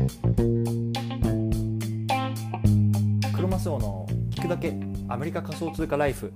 クロマスオの聞くだけアメリカ仮想通貨ライフ。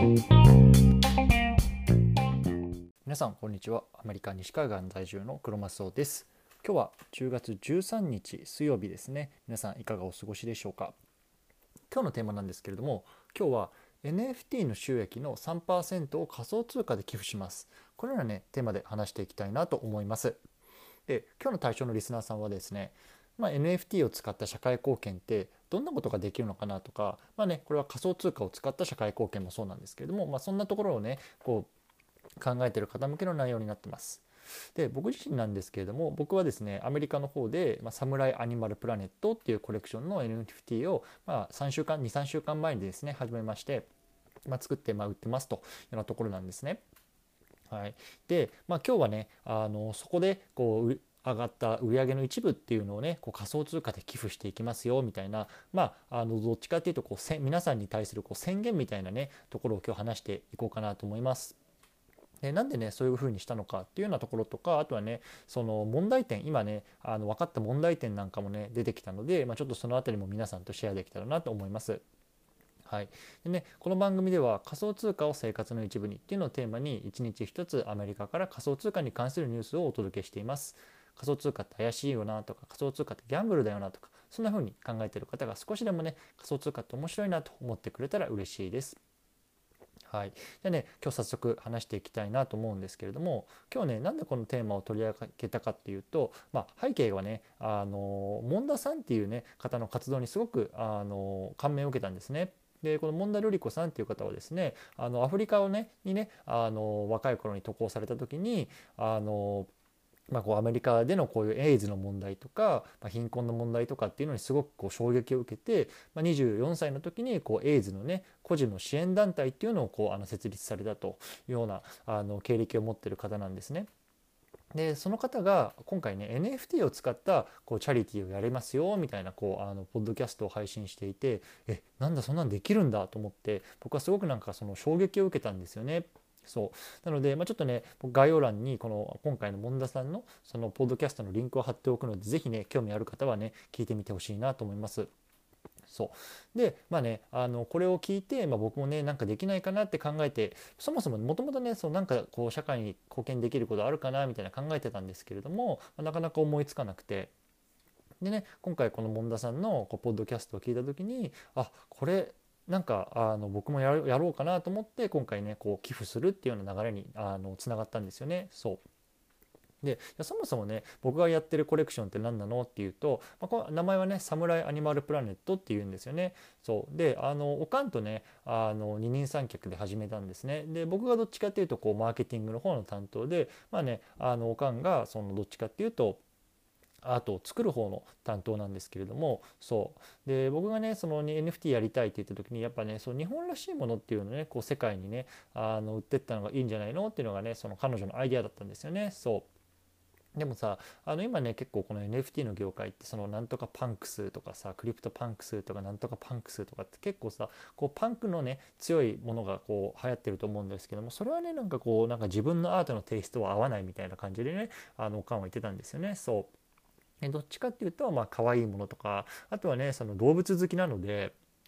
皆さんこんにちは。アメリカ西海岸在住のクロマスオです。今日は10月13日水曜日ですね。皆さんいかがお過ごしでしょうか。今日のテーマなんですけれども、今日は NFT の収益の 3% を仮想通貨で寄付します。このようなねテーマで話していきたいなと思います。で、今日の対象のリスナーさんはですね、NFT を使った社会貢献ってどんなことができるのかなとか、これは仮想通貨を使った社会貢献もそうなんですけれども、そんなところをね考えている方向けの内容になってます。で、僕自身なんですけれども、僕はですねアメリカの方で、サムライアニマルプラネットっていうコレクションの NFT を、2、3週間前にですね始めまして、作って、売ってますというようなところなんですね。はい、で、今日はねそこで上がった売上の一部っていうのをね仮想通貨で寄付していきますよみたいな、どっちかっていうと皆さんに対する宣言みたいなねところを今日話していこうかなと思います。で、なんでねそういうふうにしたのかっていうようなところとか、あとはねその問題点、今ね分かった問題点なんかもね出てきたので、ちょっとそのあたりも皆さんとシェアできたらなと思います。はい。でね、この番組では仮想通貨を生活の一部にっていうのをテーマに1日1つアメリカから仮想通貨に関するニュースをお届けしています。仮想通貨って怪しいよなとか、仮想通貨ってギャンブルだよなとか、そんな風に考えている方が少しでもね仮想通貨って面白いなと思ってくれたら嬉しいです。はい。でね、今日早速話していきたいなと思うんですけれども、今日ねなんでこのテーマを取り上げたかっていうと、背景はねモンダさんっていうね方の活動にすごく感銘を受けたんですね。で、このモンダルリコさんっていう方はですねアフリカをねにね若い頃に渡航された時にアメリカでのこういうエイズの問題とか、貧困の問題とかっていうのにすごく衝撃を受けて、24歳の時にエイズのね個人の支援団体っていうのを設立されたというような経歴を持っている方なんですね。で、その方が今回ね NFT を使ったチャリティーをやりますよみたいなポッドキャストを配信していて、なんだそんなんできるんだと思って、僕はすごくその衝撃を受けたんですよね。そうなので、ちょっとね概要欄に今回のモンダさんのそのポッドキャストのリンクを貼っておくので、ぜひね興味ある方はね聞いてみてほしいなと思います。そうで、これを聞いて、僕もねできないかなって考えて、そもそももともとね社会に貢献できることあるかなみたいな考えてたんですけれども、なかなか思いつかなくて、でね今回このモンダさんのポッドキャストを聞いた時に、これ僕もやろうかなと思って、今回ね寄付するっていうような流れにつながったんですよね。で、そもそもね僕がやってるコレクションって何なのっていうと、この名前はねサムライアニマルプラネットっていうんですよね。そうで、おかんとね二人三脚で始めたんですね。で、僕がどっちかっていうとマーケティングの方の担当で、おかんがどっちかっていうとアートを作る方の担当なんですけれども、で、僕がねNFT やりたいって言った時に、やっぱね日本らしいものっていうのをね世界にね売ってったのがいいんじゃないのっていうのがね彼女のアイデアだったんですよね。でもさ、今ね結構この NFT の業界ってなんとかパンクスとかさ、クリプトパンクスとかなんとかパンクスとかって結構さパンクのね強いものが流行ってると思うんですけども、それはね自分のアートのテイストは合わないみたいな感じでねおかんは言ってたんですよね。どっちかっていうと可愛いものとか、あとはね動物好きなので、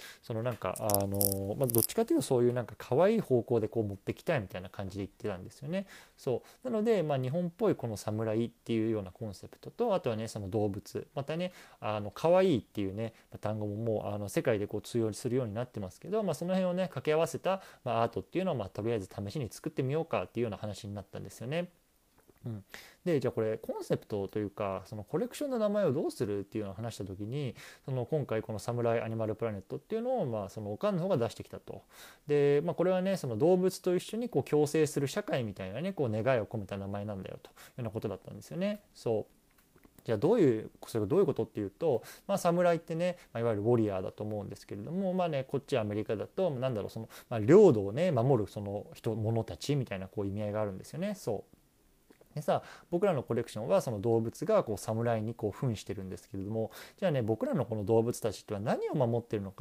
どっちかというとそういう可愛い方向で持ってきたいみたいな感じで言ってたんですよね。なので、日本っぽいこの侍っていうようなコンセプトと、あとはね動物、またね可愛いっていうね単語ももう世界で通用するようになってますけど、その辺をね掛け合わせた、アートっていうのをとりあえず試しに作ってみようかっていうような話になったんですよね。で、じゃあこれコンセプトというかそのコレクションの名前をどうするっていうのを話した時に、今回このサムライアニマルプラネットっていうのをそのおかんの方が出してきたと。で、これはね動物と一緒に共生する社会みたいなね願いを込めた名前なんだよというようなことだったんですよね。じゃあそれがどういうことっていうと、侍ってね、いわゆるウォリアーだと思うんですけれども、こっちアメリカだと領土をね守る物たちみたいな意味合いがあるんですよね。でさ、僕らのコレクションはその動物が侍に扮してるんですけれども、じゃあね僕らのこの動物たちっては何を守ってるのか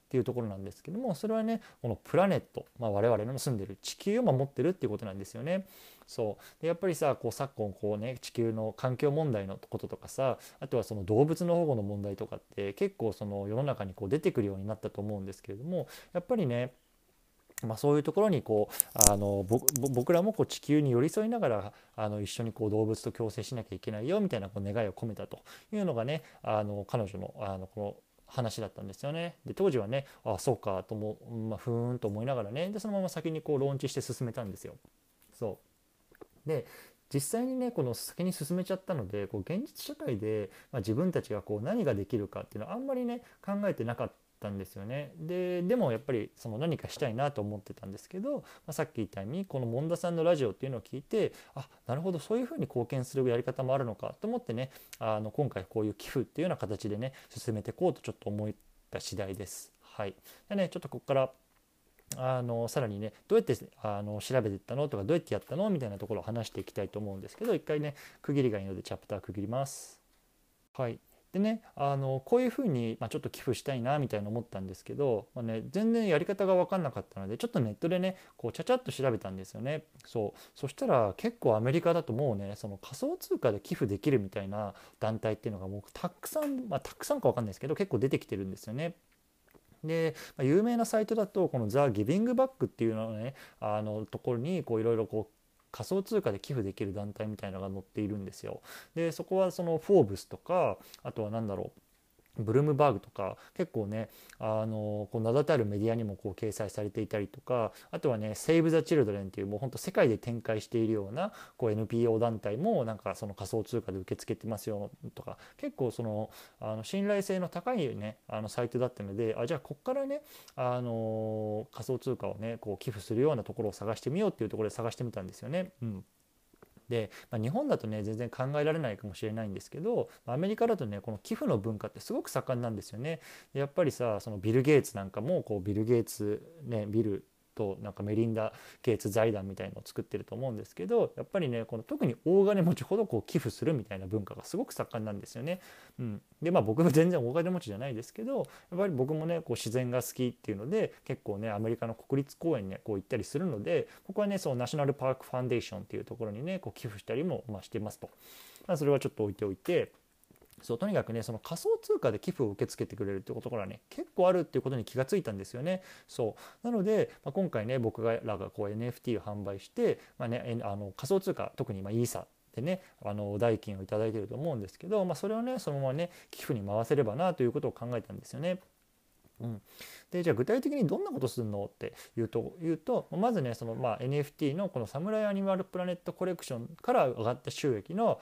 っていうところなんですけども、それはねこのプラネット、我々の住んでる地球を守ってるっていうことなんですよね。そうでやっぱりさ昨今地球の環境問題のこととかさ、あとはその動物の保護の問題とかって結構その世の中に出てくるようになったと思うんですけれども、やっぱりねそういうところに僕らも地球に寄り添いながら一緒に動物と共生しなきゃいけないよみたいな願いを込めたというのがね彼女のこの話だったんですよね。で当時はねそうかとふーんと思いながらね、でそのまま先にローンチして進めたんですよ。で実際にねこの先に進めちゃったので現実社会で、自分たちが何ができるかっていうのはあんまりね考えてなかったんですよね。でもやっぱりその何かしたいなと思ってたんですけど、さっき言ったようにこのモンダさんのラジオっていうのを聞いて、なるほどそういうふうに貢献するやり方もあるのかと思ってね今回こういう寄付っていうような形でね進めていこうとちょっと思った次第です。はい。でねちょっとここからさらにねどうやって調べていったのとかどうやってやったのみたいなところを話していきたいと思うんですけど、一回ね区切りがいいのでチャプター区切ります。はい。でねこういうふうに、ちょっと寄付したいなみたいな思ったんですけど、全然やり方が分かんなかったのでちょっとネットでねちゃちゃっと調べたんですよね。そしたら結構アメリカだともうねその仮想通貨で寄付できるみたいな団体っていうのがもうたくさん、たくさんか分かんないですけど結構出てきてるんですよね。で、有名なサイトだとこのザ・ギビングバックっていうのをねところにいろいろ仮想通貨で寄付できる団体みたいなのが載っているんですよ。でそこはそのフォーブスとか、あとは何だろう、ブルームバーグとか結構ね名だたるメディアにも掲載されていたりとか、あとはねセーブ・ザ・チルドレンっていうもうほんと世界で展開しているようなNPO 団体もなんかその仮想通貨で受け付けてますよとか、結構その信頼性の高いねサイトだったので、じゃあこっからね仮想通貨をね寄付するようなところを探してみようっていうところで探してみたんですよね。で、日本だとね全然考えられないかもしれないんですけど、アメリカだとねこの寄付の文化ってすごく盛んなんですよね。やっぱりさそのビル・ゲイツなんかもビル・ゲイツねビルとなんかメリンダ・ゲイツ財団みたいのを作ってると思うんですけど、やっぱりねこの特に大金持ちほど寄付するみたいな文化がすごく盛んなんですよね。で僕も全然大金持ちじゃないですけど、やっぱり僕もね自然が好きっていうので結構ねアメリカの国立公園にね行ったりするので、ここはねそのナショナルパークファンデーションっていうところにね寄付したりもしてますと。それはちょっと置いておいて、とにかくねその仮想通貨で寄付を受け付けてくれるっていうところはね結構あるっていうことに気がついたんですよね。なので、今回ね僕らがNFT を販売して、仮想通貨特にイーサでね代金を頂いていると思うんですけど、それをねそのままね寄付に回せればなということを考えたんですよね。でじゃあ具体的にどんなことするのっていうとまずねそのNFT のこのサムライアニマルプラネットコレクションから上がった収益の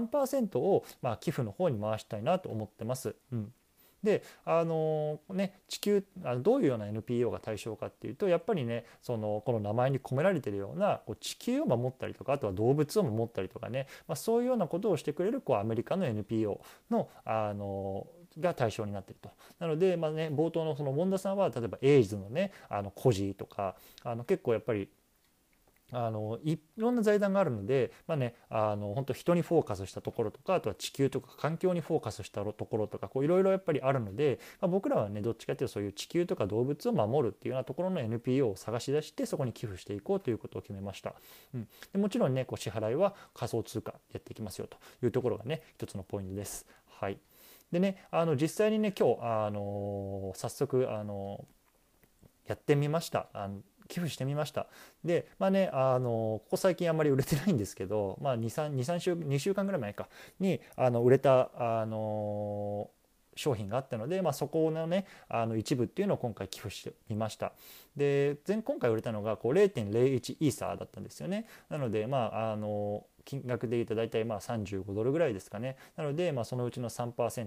3% を寄付の方に回したいなと思ってます。で地球どういうような NPO が対象かっていうと、やっぱりねこの名前に込められているような地球を守ったりとか、あとは動物を守ったりとかね、そういうようなことをしてくれるアメリカの NPO のが対象になっていると。なので、冒頭のそのモンダさんは例えばエイズのね孤児とか結構やっぱりいろんな財団があるので、本当人にフォーカスしたところとか、あとは地球とか環境にフォーカスしたところとかいろいろやっぱりあるので、僕らはねどっちかというとそういう地球とか動物を守るっていうようなところの NPO を探し出してそこに寄付していこうということを決めました。でもちろんね支払いは仮想通貨やっていきますよというところがね一つのポイントです。はい。でね実際にね今日早速やってみました。寄付してみました。でここ最近あんまり売れてないんですけど、2週間ぐらい前かに売れた商品があったので、そこのね一部っていうのを今回寄付してみました。で今回売れたのが0.01イーサーだったんですよね。なので金額で言うと大体35ドルぐらいですかね。なのでそのうちの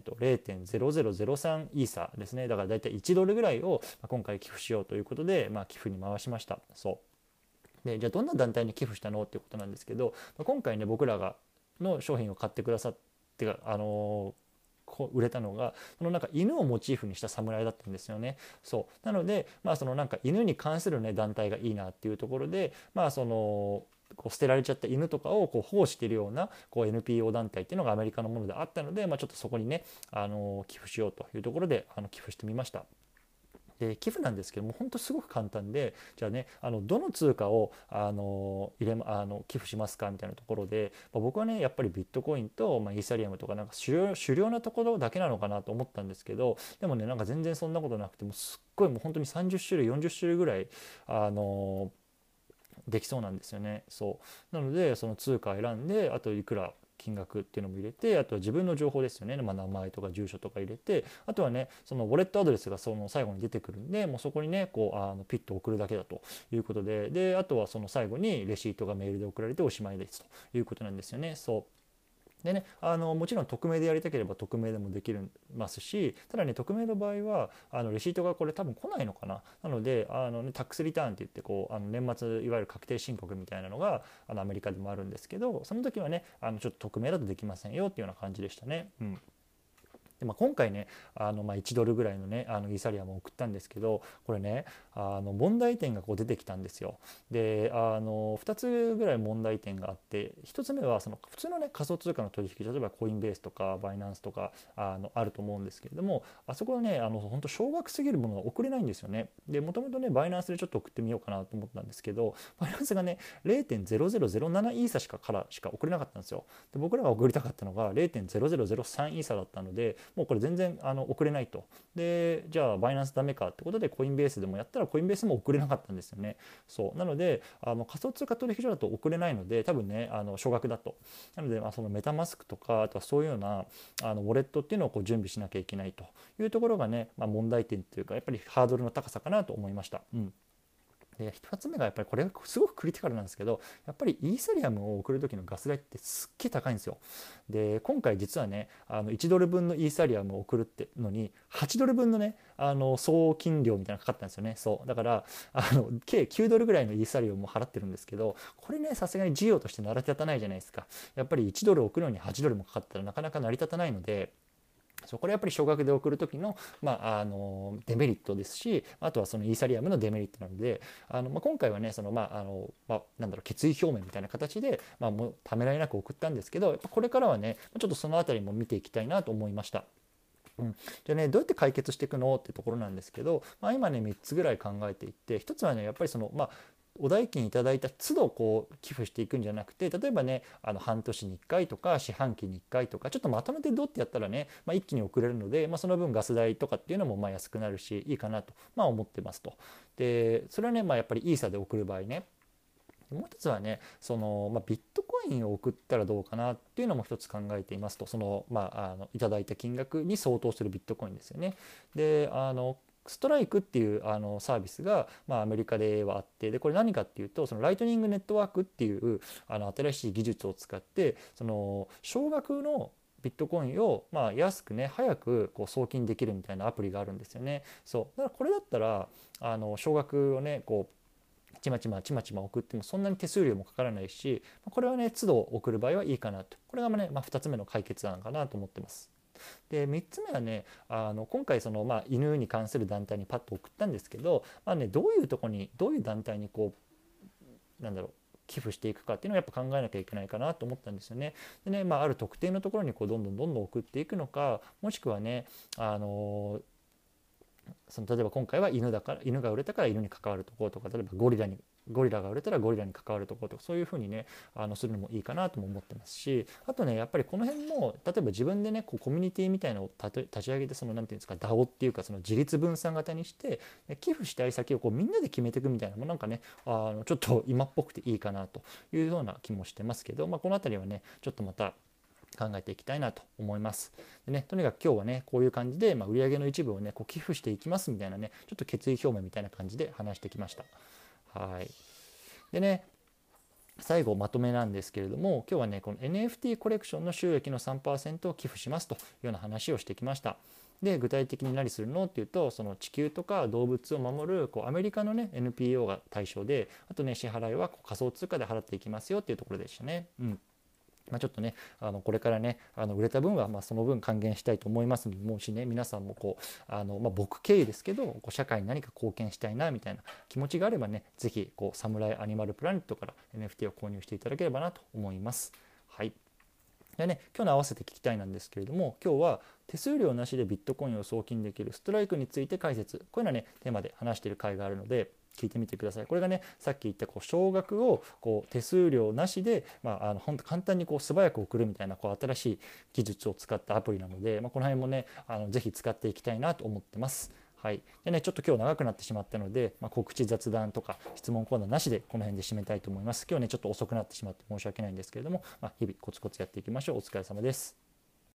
3%0.0003 イーサーですね。だから大体1ドルぐらいを今回寄付しようということで寄付に回しました。でじゃあどんな団体に寄付したのっていうことなんですけど、今回ね僕らがの商品を買ってくださって売れたのがなんか犬をモチーフにした侍だったんですよね。なのでなんか犬に関するね団体がいいなっていうところで捨てられちゃった犬とかを保護しているようなNPO 団体っていうのがアメリカのものであったので、ちょっとそこにね寄付しようというところで寄付してみました。 で寄付なんですけども本当すごく簡単で、じゃあねどの通貨を寄付しますかみたいなところで、僕はねやっぱりビットコインと、イーサリアムとかなんか主流なところだけなのかなと思ったんですけど、でもねなんか全然そんなことなくて、もうすっごいもう本当に30種類40種類ぐらいあのできそうなんですよね。そうなのでその通貨選んで、あといくら金額っていうのも入れて、あとは自分の情報ですよね、名前とか住所とか入れて、あとはねそのウォレットアドレスがその最後に出てくるんで、もうそこにねこうピッと送るだけだということで、あとはその最後にレシートがメールで送られておしまいですということなんですよね。でね、もちろん匿名でやりたければ匿名でもできますし、ただね匿名の場合はレシートがこれ多分来ないのかな。なのでタックスリターンって言ってこう年末いわゆる確定申告みたいなのがアメリカでもあるんですけど、その時はねちょっと匿名だとできませんよっていうような感じでしたね。で今回ね1ドルぐらいのねイーサリアムを送ったんですけど、これね問題点がこう出てきたんですよ。で2つぐらい問題点があって、1つ目はその普通のね仮想通貨の取引、例えばコインベースとかバイナンスとかあると思うんですけれども、あそこはね本当少額すぎるものが送れないんですよね。でもともとねバイナンスでちょっと送ってみようかなと思ったんですけど、バイナンスがね0.0007イーサしか送れなかったんですよ。で僕らが送りたかったのが0.0003イーサだったので、もうこれ全然送れないと。でじゃあバイナンスダメかってことでコインベースでもやったらコインベースも送れなかったんですよね。そうなので仮想通貨取引所だと送れないので、多分ね少額だと。なのでそのメタマスクとか、あとはそういうようなウォレットっていうのをこう準備しなきゃいけないというところがね、問題点というかやっぱりハードルの高さかなと思いました。で1つ目がやっぱりこれすごくクリティカルなんですけど、やっぱりイーサリアムを送る時のガス代ってすっげえ高いんですよ。で今回実はね1ドル分のイーサリアムを送るってのに8ドル分のね送金料みたいなのかかったんですよね。そうだから計9ドルぐらいのイーサリアムも払ってるんですけど、これねさすがに事業として成り立たないじゃないですか。やっぱり1ドル送るのに8ドルもかかったらなかなか成り立たないので、これやっぱり少額で送る時の、デメリットですし、あとはそのイーサリアムのデメリットなので、今回はねなんだろう決意表明みたいな形で、もうためらいなく送ったんですけど、やっぱこれからはねちょっとそのあたりも見ていきたいなと思いました。じゃあねどうやって解決していくのってところなんですけど、今ね3つぐらい考えていって、1つはねやっぱりそのお代金いただいた都度こう寄付していくんじゃなくて、例えばね半年に1回とか四半期に1回とか、ちょっとまとめてどうってやったらね、一気に送れるので、その分ガス代とかっていうのも安くなるしいいかなと、思ってますと。でそれはねやっぱりイーサで送る場合ね、もう一つはねビットコインを送ったらどうかなっていうのも一つ考えていますと。いただいた金額に相当するビットコインですよね。でストライクっていうサービスが、アメリカではあって、でこれ何かっていうと、そのライトニングネットワークっていう新しい技術を使って、その少額のビットコインを安くね早くこう送金できるみたいなアプリがあるんですよね。そうだからこれだったら少額をねこうちまちま送ってもそんなに手数料もかからないし、これはね都度送る場合はいいかなと。これがね、2つ目の解決案かなと思ってます。で3つ目はね今回犬に関する団体にパッと送ったんですけど、どういうとこにどういう団体にこうなんだろう寄付していくかっていうのをやっぱ考えなきゃいけないかなと思ったんですよね。でね、ある特定のところにこうどんどん送っていくのか、もしくはね例えば今回は犬が売れたから犬に関わるところとか、例えばゴリラが売れたらゴリラに関わるところとか、そういうふうにねするのもいいかなとも思ってますし、あとねやっぱりこの辺も例えば自分でねこうコミュニティみたいなのを立ち上げて、そのなんていうんですか DAO っていうか、その自立分散型にして寄付したい先をこうみんなで決めていくみたいなのもなんかねちょっと今っぽくていいかなというような気もしてますけど、この辺りはねちょっとまた考えていきたいなと思います。でね、とにかく今日はねこういう感じで、売上の一部をねこう寄付していきますみたいなね、ちょっと決意表明みたいな感じで話してきました。はい。でね最後まとめなんですけれども、今日はねこの NFT コレクションの収益の 3% を寄付しますというような話をしてきました。で具体的に何するのっていうと、その地球とか動物を守るこうアメリカのね NPO が対象で、あとね支払いはこう仮想通貨で払っていきますよっていうところでしたね。ちょっとねこれからね売れた分はその分還元したいと思いますので、もしね皆さんもこう僕経由ですけどこう社会に何か貢献したいなみたいな気持ちがあればね、ぜひこうサムライアニマルプラネットから NFT を購入していただければなと思います。はい。 でね、今日の合わせて聞きたいなんですけれども、今日は手数料なしでビットコインを送金できるストライクについて解説、こういうのはねテーマで話している回があるので聞いてみてください。これがねさっき言った少額を手数料なしで、ほんと簡単に素早く送るみたいな新しい技術を使ったアプリなので、この辺もねぜひ使っていきたいなと思ってます。はい。でね、ちょっと今日長くなってしまったので、告知雑談とか質問コーナーなしでこの辺で締めたいと思います。今日ねちょっと遅くなってしまって申し訳ないんですけれども、日々コツコツやっていきましょう。お疲れ様です。